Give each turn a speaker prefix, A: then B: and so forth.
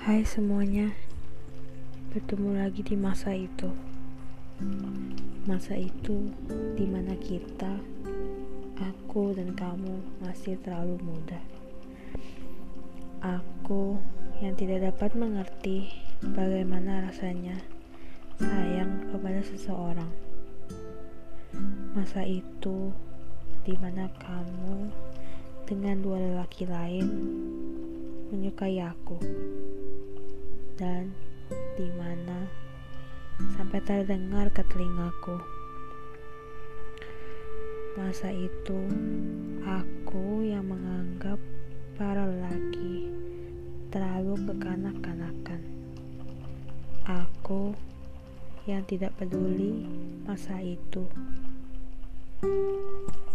A: Hai semuanya, bertemu lagi di masa itu. Masa itu dimana kita, aku dan kamu masih terlalu muda. Aku yang tidak dapat mengerti bagaimana rasanya sayang kepada seseorang. Masa itu dimana kamu dengan dua lelaki lain menyukai aku, dan dimana sampai terdengar ke telingaku. Masa itu aku yang menganggap para lelaki terlalu kekanak-kanakan. Aku yang tidak peduli masa itu.